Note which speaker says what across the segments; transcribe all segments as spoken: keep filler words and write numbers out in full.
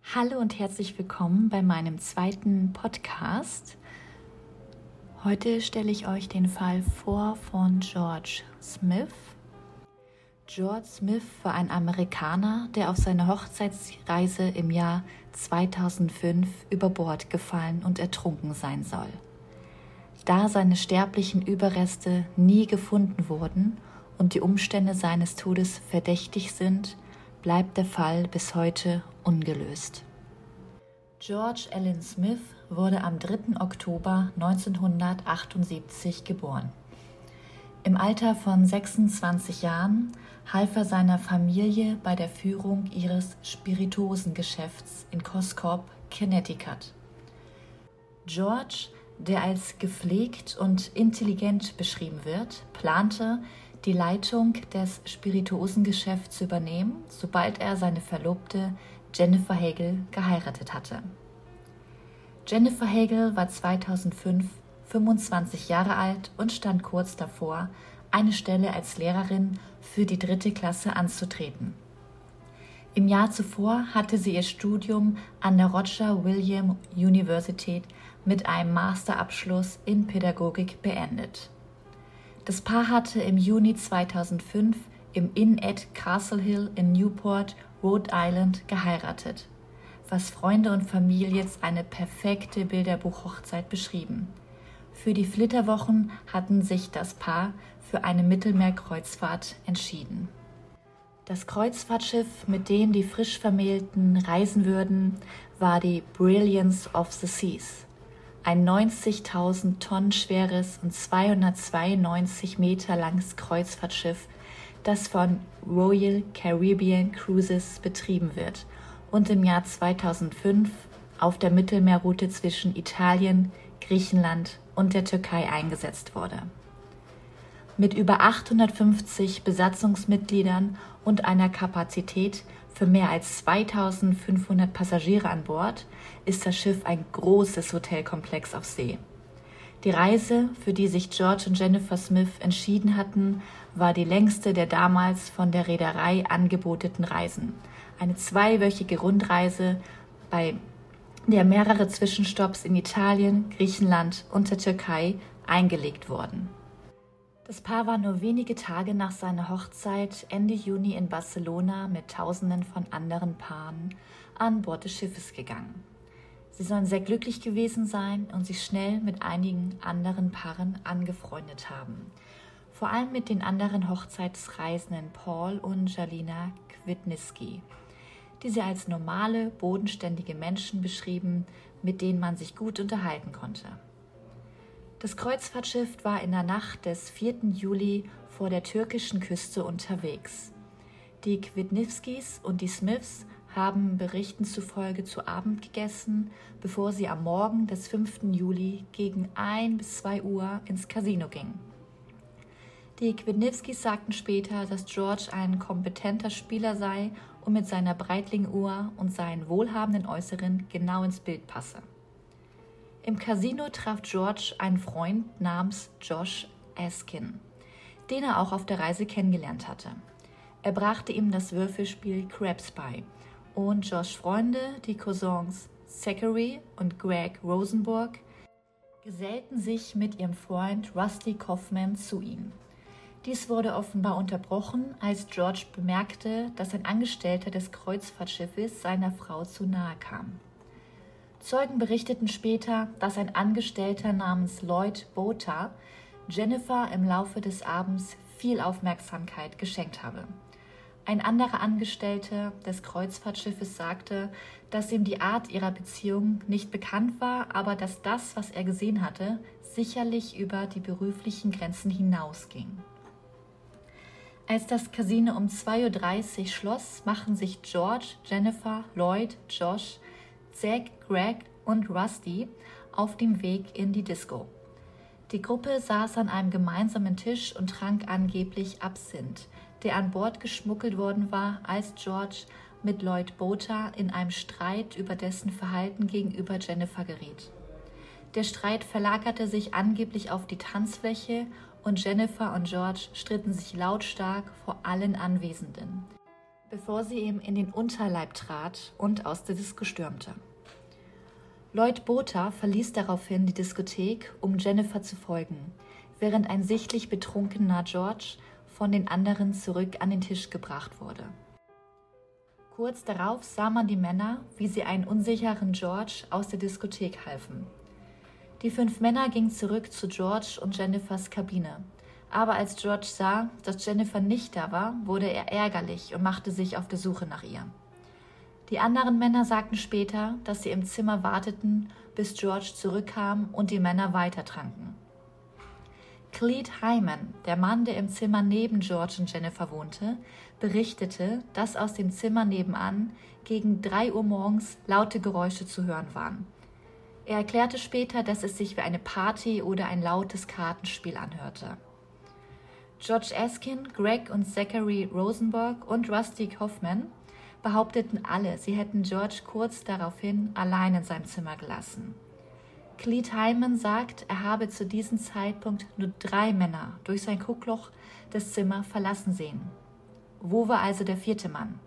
Speaker 1: Hallo und herzlich willkommen bei meinem zweiten Podcast. Heute stelle ich euch den Fall vor von George Smith. George Smith war ein Amerikaner, der auf seiner Hochzeitsreise im Jahr zweitausendfünf über Bord gefallen und ertrunken sein soll. Da seine sterblichen Überreste nie gefunden wurden und die Umstände seines Todes verdächtig sind, bleibt der Fall bis heute ungelöst. George Allen Smith wurde am dritten Oktober neunzehnhundertachtundsiebzig geboren. Im Alter von sechsundzwanzig Jahren half er seiner Familie bei der Führung ihres Spirituosengeschäfts in Coscob, Connecticut. George, der als gepflegt und intelligent beschrieben wird, plante, die Leitung des Spirituosengeschäfts zu übernehmen, sobald er seine Verlobte Jennifer Hagel geheiratet hatte. Jennifer Hagel war zweitausendfünf fünfundzwanzig Jahre alt und stand kurz davor, eine Stelle als Lehrerin für die dritte Klasse anzutreten. Im Jahr zuvor hatte sie ihr Studium an der Roger Williams University mit einem Masterabschluss in Pädagogik beendet. Das Paar hatte im Juni zweitausendfünf im Inn at Castle Hill in Newport, Rhode Island geheiratet, was Freunde und Familie als eine perfekte Bilderbuch-Hochzeit beschrieben. Für die Flitterwochen hatten sich das Paar für eine Mittelmeerkreuzfahrt entschieden. Das Kreuzfahrtschiff, mit dem die frisch Vermählten reisen würden, war die Brilliance of the Seas. Ein neunzigtausend Tonnen schweres und zweihundertzweiundneunzig Meter langes Kreuzfahrtschiff, das von Royal Caribbean Cruises betrieben wird und im Jahr zweitausendfünf auf der Mittelmeerroute zwischen Italien, Griechenland und der Türkei eingesetzt wurde. Mit über achthundertfünfzig Besatzungsmitgliedern und einer Kapazität für mehr als zweitausendfünfhundert Passagiere an Bord ist das Schiff ein großes Hotelkomplex auf See. Die Reise, für die sich George und Jennifer Smith entschieden hatten, war die längste der damals von der Reederei angebotenen Reisen. Eine zweiwöchige Rundreise, bei der mehrere Zwischenstopps in Italien, Griechenland und der Türkei eingelegt wurden. Das Paar war nur wenige Tage nach seiner Hochzeit Ende Juni in Barcelona mit Tausenden von anderen Paaren an Bord des Schiffes gegangen. Sie sollen sehr glücklich gewesen sein und sich schnell mit einigen anderen Paaren angefreundet haben. Vor allem mit den anderen Hochzeitsreisenden Paul und Jalina Kwitniski, die sie als normale, bodenständige Menschen beschrieben, mit denen man sich gut unterhalten konnte. Das Kreuzfahrtschiff war in der Nacht des vierten Juli vor der türkischen Küste unterwegs. Die Kwitniskis und die Smiths haben Berichten zufolge zu Abend gegessen, bevor sie am Morgen des fünften Juli gegen ein bis zwei Uhr ins Casino gingen. Die Kwitniskis sagten später, dass George ein kompetenter Spieler sei und mit seiner Breitling-Uhr und seinem wohlhabenden Äußeren genau ins Bild passe. Im Casino traf George einen Freund namens Josh Askin, den er auch auf der Reise kennengelernt hatte. Er brachte ihm das Würfelspiel Craps bei und Joshs Freunde, die Cousins Zachary und Greg Rosenborg, gesellten sich mit ihrem Freund Rusty Kaufman zu ihm. Dies wurde offenbar unterbrochen, als George bemerkte, dass ein Angestellter des Kreuzfahrtschiffes seiner Frau zu nahe kam. Zeugen berichteten später, dass ein Angestellter namens Lloyd Botha Jennifer im Laufe des Abends viel Aufmerksamkeit geschenkt habe. Ein anderer Angestellter des Kreuzfahrtschiffes sagte, dass ihm die Art ihrer Beziehung nicht bekannt war, aber dass das, was er gesehen hatte, sicherlich über die beruflichen Grenzen hinausging. Als das Casino um zwei Uhr dreißig schloss, machten sich George, Jennifer, Lloyd, Josh, Zach, Greg und Rusty auf dem Weg in die Disco. Die Gruppe saß an einem gemeinsamen Tisch und trank angeblich Absinth, der an Bord geschmuggelt worden war, als George mit Lloyd Botha in einem Streit über dessen Verhalten gegenüber Jennifer geriet. Der Streit verlagerte sich angeblich auf die Tanzfläche und Jennifer und George stritten sich lautstark vor allen Anwesenden. bevor sie ihm in den Unterleib trat und aus der Disco stürmte. Lloyd Botha verließ daraufhin die Diskothek, um Jennifer zu folgen, während ein sichtlich betrunkener George von den anderen zurück an den Tisch gebracht wurde. Kurz darauf sah man die Männer, wie sie einen unsicheren George aus der Diskothek halfen. Die fünf Männer gingen zurück zu George und Jennifers Kabine. Aber als George sah, dass Jennifer nicht da war, wurde er ärgerlich und machte sich auf der Suche nach ihr. Die anderen Männer sagten später, dass sie im Zimmer warteten, bis George zurückkam und die Männer weitertranken. Clete Hyman, der Mann, der im Zimmer neben George und Jennifer wohnte, berichtete, dass aus dem Zimmer nebenan gegen drei Uhr morgens laute Geräusche zu hören waren. Er erklärte später, dass es sich wie eine Party oder ein lautes Kartenspiel anhörte. George Askin, Greg und Zachary Rosenberg und Rusty Hoffman behaupteten alle, sie hätten George kurz daraufhin allein in seinem Zimmer gelassen. Clete Hyman sagt, er habe zu diesem Zeitpunkt nur drei Männer durch sein Guckloch das Zimmer verlassen sehen. Wo war also der vierte Mann?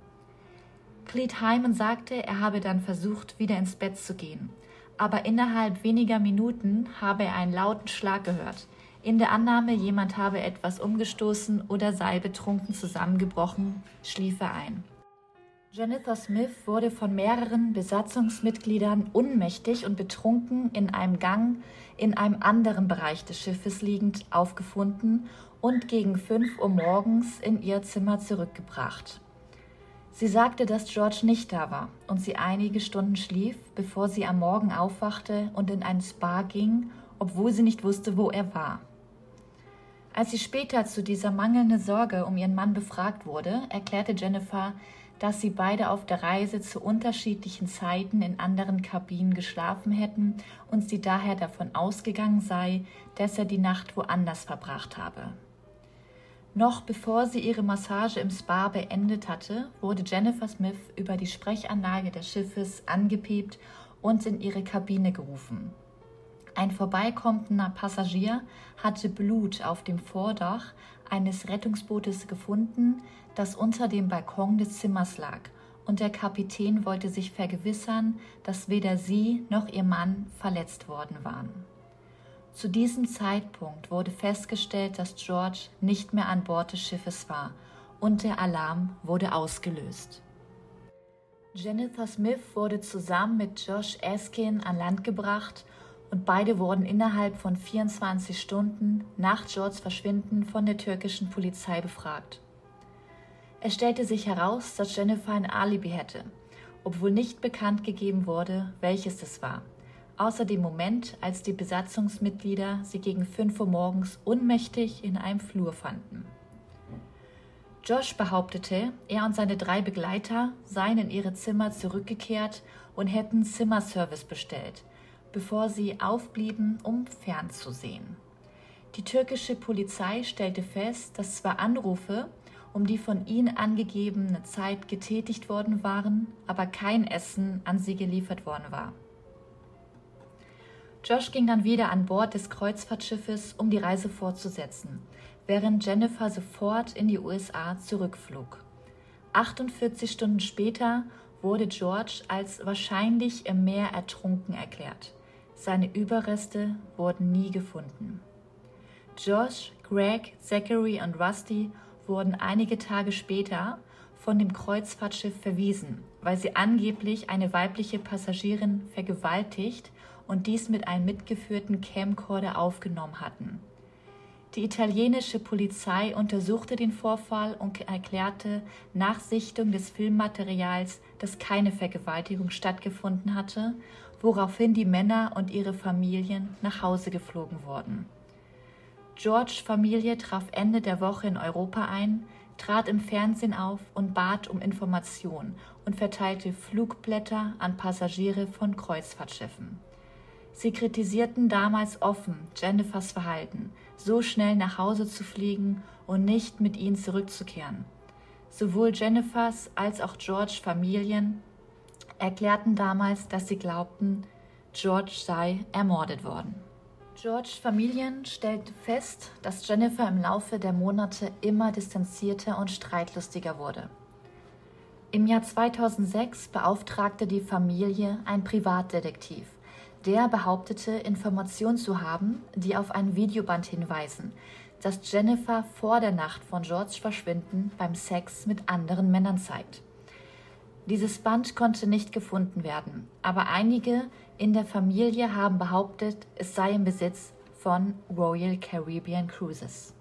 Speaker 1: Clete Hyman sagte, er habe dann versucht, wieder ins Bett zu gehen, aber innerhalb weniger Minuten habe er einen lauten Schlag gehört, in der Annahme, jemand habe etwas umgestoßen oder sei betrunken zusammengebrochen, schlief er ein. Jennifer Smith wurde von mehreren Besatzungsmitgliedern ohnmächtig und betrunken in einem Gang in einem anderen Bereich des Schiffes liegend aufgefunden und gegen fünf Uhr morgens in ihr Zimmer zurückgebracht. Sie sagte, dass George nicht da war und sie einige Stunden schlief, bevor sie am Morgen aufwachte und in ein Spa ging, obwohl sie nicht wusste, wo er war. Als sie später zu dieser mangelnden Sorge um ihren Mann befragt wurde, erklärte Jennifer, dass sie beide auf der Reise zu unterschiedlichen Zeiten in anderen Kabinen geschlafen hätten und sie daher davon ausgegangen sei, dass er die Nacht woanders verbracht habe. Noch bevor sie ihre Massage im Spa beendet hatte, wurde Jennifer Smith über die Sprechanlage des Schiffes angepiept und in ihre Kabine gerufen. Ein vorbeikommender Passagier hatte Blut auf dem Vordach eines Rettungsbootes gefunden, das unter dem Balkon des Zimmers lag, und der Kapitän wollte sich vergewissern, dass weder sie noch ihr Mann verletzt worden waren. Zu diesem Zeitpunkt wurde festgestellt, dass George nicht mehr an Bord des Schiffes war und der Alarm wurde ausgelöst. Jennifer Smith wurde zusammen mit Josh Askin an Land gebracht und beide wurden innerhalb von vierundzwanzig Stunden nach Georges Verschwinden von der türkischen Polizei befragt. Es stellte sich heraus, dass Jennifer ein Alibi hätte, obwohl nicht bekannt gegeben wurde, welches es war, außer dem Moment, als die Besatzungsmitglieder sie gegen fünf Uhr morgens ohnmächtig in einem Flur fanden. Josh behauptete, er und seine drei Begleiter seien in ihre Zimmer zurückgekehrt und hätten Zimmerservice bestellt, bevor sie aufblieben, um fernzusehen. Die türkische Polizei stellte fest, dass zwar Anrufe um die von ihnen angegebene Zeit getätigt worden waren, aber kein Essen an sie geliefert worden war. Josh ging dann wieder an Bord des Kreuzfahrtschiffes, um die Reise fortzusetzen, während Jennifer sofort in die U S A zurückflog. achtundvierzig Stunden später wurde George als wahrscheinlich im Meer ertrunken erklärt. Seine Überreste wurden nie gefunden. Josh, Greg, Zachary und Rusty wurden einige Tage später von dem Kreuzfahrtschiff verwiesen, weil sie angeblich eine weibliche Passagierin vergewaltigt und dies mit einem mitgeführten Camcorder aufgenommen hatten. Die italienische Polizei untersuchte den Vorfall und erklärte nach Sichtung des Filmmaterials, dass keine Vergewaltigung stattgefunden hatte, woraufhin die Männer und ihre Familien nach Hause geflogen wurden. Georges Familie traf Ende der Woche in Europa ein, trat im Fernsehen auf und bat um Informationen und verteilte Flugblätter an Passagiere von Kreuzfahrtschiffen. Sie kritisierten damals offen Jennifers Verhalten, so schnell nach Hause zu fliegen und nicht mit ihnen zurückzukehren. Sowohl Jennifers als auch Georges Familien erklärten damals, dass sie glaubten, George sei ermordet worden. Georges Familien stellte fest, dass Jennifer im Laufe der Monate immer distanzierter und streitlustiger wurde. Im Jahr zweitausendsechs beauftragte die Familie einen Privatdetektiv, der behauptete, Informationen zu haben, die auf ein Videoband hinweisen, das Jennifer vor der Nacht von Georges Verschwinden beim Sex mit anderen Männern zeigt. Dieses Band konnte nicht gefunden werden, aber einige in der Familie haben behauptet, es sei im Besitz von Royal Caribbean Cruises.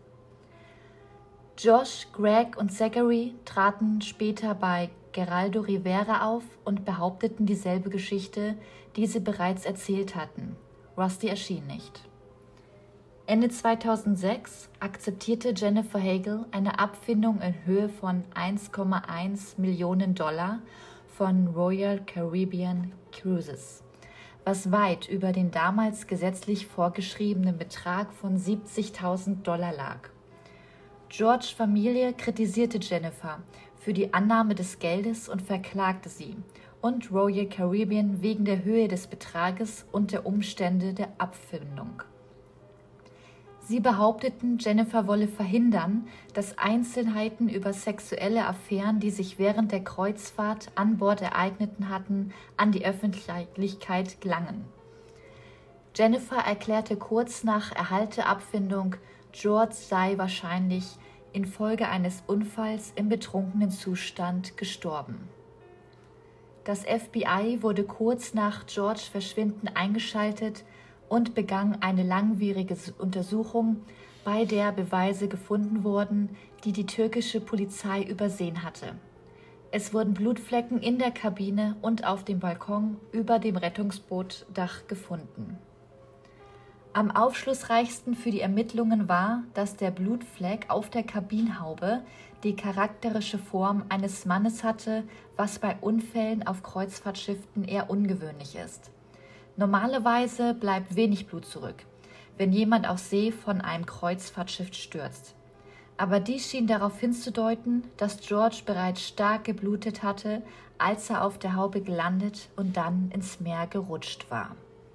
Speaker 1: Josh, Greg und Zachary traten später bei Geraldo Rivera auf und behaupteten dieselbe Geschichte, die sie bereits erzählt hatten. Rusty erschien nicht. Ende zweitausendsechs akzeptierte Jennifer Hagel eine Abfindung in Höhe von eins Komma eins Millionen Dollar von Royal Caribbean Cruises, was weit über den damals gesetzlich vorgeschriebenen Betrag von siebzigtausend Dollar lag. Georges Familie kritisierte Jennifer für die Annahme des Geldes und verklagte sie und Royal Caribbean wegen der Höhe des Betrages und der Umstände der Abfindung. Sie behaupteten, Jennifer wolle verhindern, dass Einzelheiten über sexuelle Affären, die sich während der Kreuzfahrt an Bord ereigneten hatten, an die Öffentlichkeit gelangen. Jennifer erklärte kurz nach Erhalt der Abfindung, George sei wahrscheinlich infolge eines Unfalls im betrunkenen Zustand gestorben. Das F B I wurde kurz nach Georges Verschwinden eingeschaltet und begann eine langwierige Untersuchung, bei der Beweise gefunden wurden, die die türkische Polizei übersehen hatte. Es wurden Blutflecken in der Kabine und auf dem Balkon über dem Rettungsbootdach gefunden. Am aufschlussreichsten für die Ermittlungen war, dass der Blutfleck auf der Kabinenhaube die charakteristische Form eines Mannes hatte, was bei Unfällen auf Kreuzfahrtschiffen eher ungewöhnlich ist. Normalerweise bleibt wenig Blut zurück, wenn jemand auf See von einem Kreuzfahrtschiff stürzt. Aber dies schien darauf hinzudeuten, dass George bereits stark geblutet hatte, als er auf der Haube gelandet und dann ins Meer gerutscht war.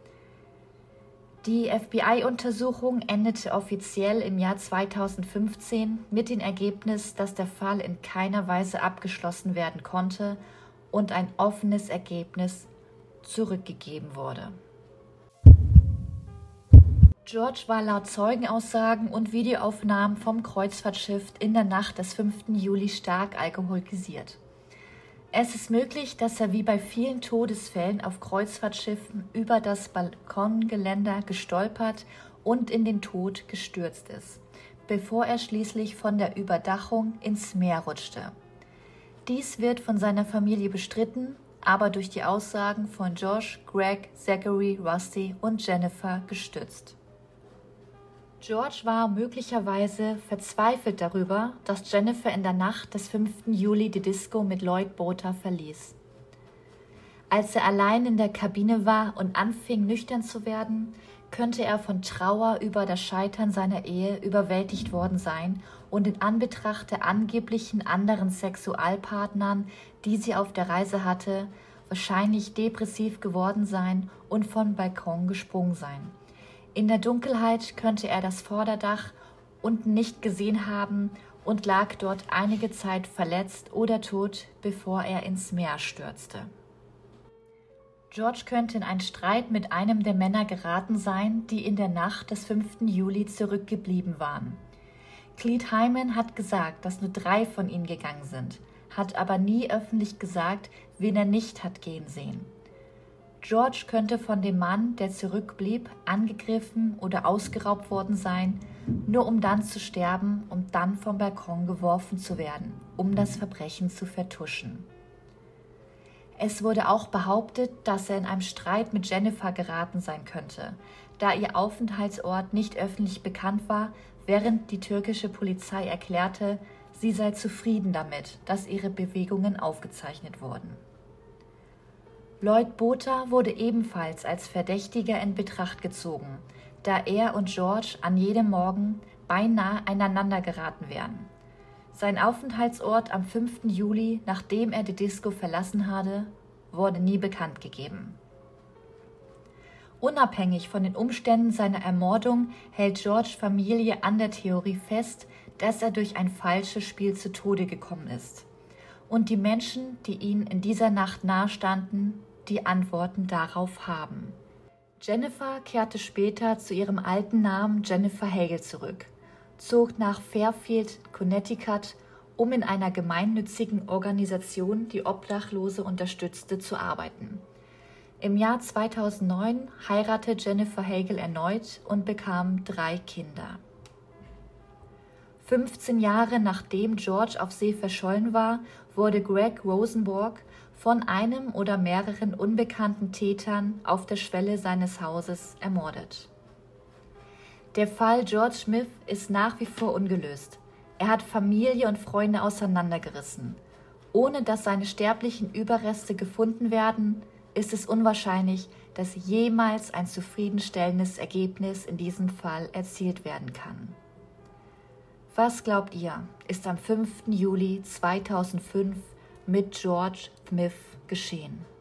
Speaker 1: Die F B I-Untersuchung endete offiziell im Jahr zweitausendfünfzehn mit dem Ergebnis, dass der Fall in keiner Weise abgeschlossen werden konnte und ein offenes Ergebnis zurückgegeben wurde. George war laut Zeugenaussagen und Videoaufnahmen vom Kreuzfahrtschiff in der Nacht des fünften Juli stark alkoholisiert. Es ist möglich, dass er wie bei vielen Todesfällen auf Kreuzfahrtschiffen über das Balkongeländer gestolpert und in den Tod gestürzt ist, bevor er schließlich von der Überdachung ins Meer rutschte. Dies wird von seiner Familie bestritten, aber durch die Aussagen von Josh, Greg, Zachary, Rusty und Jennifer gestützt. George war möglicherweise verzweifelt darüber, dass Jennifer in der Nacht des fünften Juli die Disco mit Lloyd Botha verließ. Als er allein in der Kabine war und anfing, nüchtern zu werden, könnte er von Trauer über das Scheitern seiner Ehe überwältigt worden sein und in Anbetracht der angeblichen anderen Sexualpartnern, die sie auf der Reise hatte, wahrscheinlich depressiv geworden sein und vom Balkon gesprungen sein. In der Dunkelheit könnte er das Vorderdach unten nicht gesehen haben und lag dort einige Zeit verletzt oder tot, bevor er ins Meer stürzte. George könnte in einen Streit mit einem der Männer geraten sein, die in der Nacht des fünften Juli zurückgeblieben waren. Clete Hyman hat gesagt, dass nur drei von ihnen gegangen sind, hat aber nie öffentlich gesagt, wen er nicht hat gehen sehen. George könnte von dem Mann, der zurückblieb, angegriffen oder ausgeraubt worden sein, nur um dann zu sterben, um dann vom Balkon geworfen zu werden, um das Verbrechen zu vertuschen. Es wurde auch behauptet, dass er in einem Streit mit Jennifer geraten sein könnte, da ihr Aufenthaltsort nicht öffentlich bekannt war, während die türkische Polizei erklärte, sie sei zufrieden damit, dass ihre Bewegungen aufgezeichnet wurden. Lloyd Botha wurde ebenfalls als Verdächtiger in Betracht gezogen, da er und George an jedem Morgen beinahe aneinander geraten wären. Sein Aufenthaltsort am fünften Juli, nachdem er die Disco verlassen hatte, wurde nie bekannt gegeben. Unabhängig von den Umständen seiner Ermordung hält Georges Familie an der Theorie fest, dass er durch ein falsches Spiel zu Tode gekommen ist. und die Menschen, die ihnen in dieser Nacht nahestanden, die Antworten darauf haben. Jennifer kehrte später zu ihrem alten Namen Jennifer Hagel zurück, zog nach Fairfield, Connecticut, um in einer gemeinnützigen Organisation, die Obdachlose unterstützte, zu arbeiten. Im Jahr zweitausendneun heiratete Jennifer Hagel erneut und bekam drei Kinder. fünfzehn Jahre nachdem George auf See verschollen war, wurde Greg Rosenborg von einem oder mehreren unbekannten Tätern auf der Schwelle seines Hauses ermordet. Der Fall George Smith ist nach wie vor ungelöst. Er hat Familie und Freunde auseinandergerissen. Ohne dass seine sterblichen Überreste gefunden werden, ist es unwahrscheinlich, dass jemals ein zufriedenstellendes Ergebnis in diesem Fall erzielt werden kann. Was glaubt ihr, ist am fünften Juli zweitausendfünf mit George Smith geschehen?